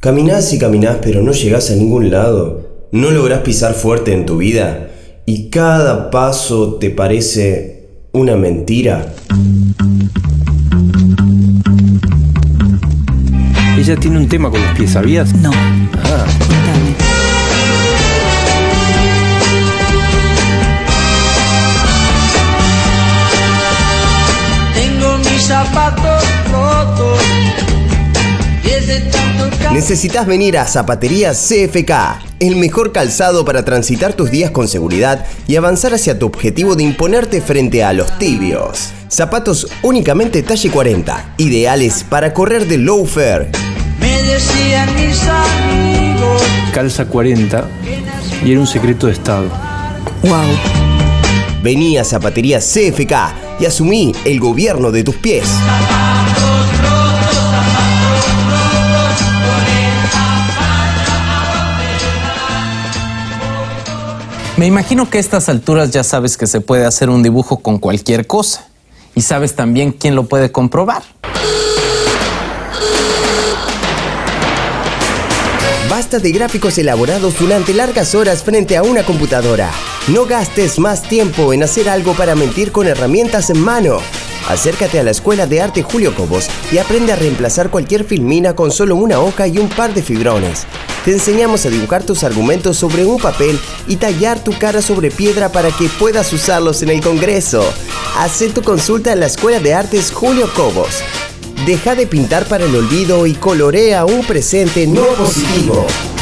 Caminás y caminás pero no llegás a ningún lado. No lográs pisar fuerte en tu vida y cada paso te parece una mentira. Ella tiene un tema con los pies, ¿sabías? No. Contame. Tengo mis zapatos rotos. Necesitas venir a Zapatería CFK, el mejor calzado para transitar tus días con seguridad y avanzar hacia tu objetivo de imponerte frente a los tibios. Zapatos únicamente talle 40, ideales para correr de loafer. Me decían mis amigos. Calza 40 y era un secreto de estado. Wow. Vení a Zapatería CFK y asumí el gobierno de tus pies. Me imagino que a estas alturas ya sabes que se puede hacer un dibujo con cualquier cosa. Y sabes también quién lo puede comprobar. Basta de gráficos elaborados durante largas horas frente a una computadora. No gastes más tiempo en hacer algo para mentir con herramientas en mano. Acércate a la Escuela de Arte Julio Cobos y aprende a reemplazar cualquier filmina con solo una hoja y un par de fibrones. Te enseñamos a dibujar tus argumentos sobre un papel y tallar tu cara sobre piedra para que puedas usarlos en el Congreso. Haz tu consulta en la Escuela de Artes Julio Cobos. Deja de pintar para el olvido y colorea un presente no positivo.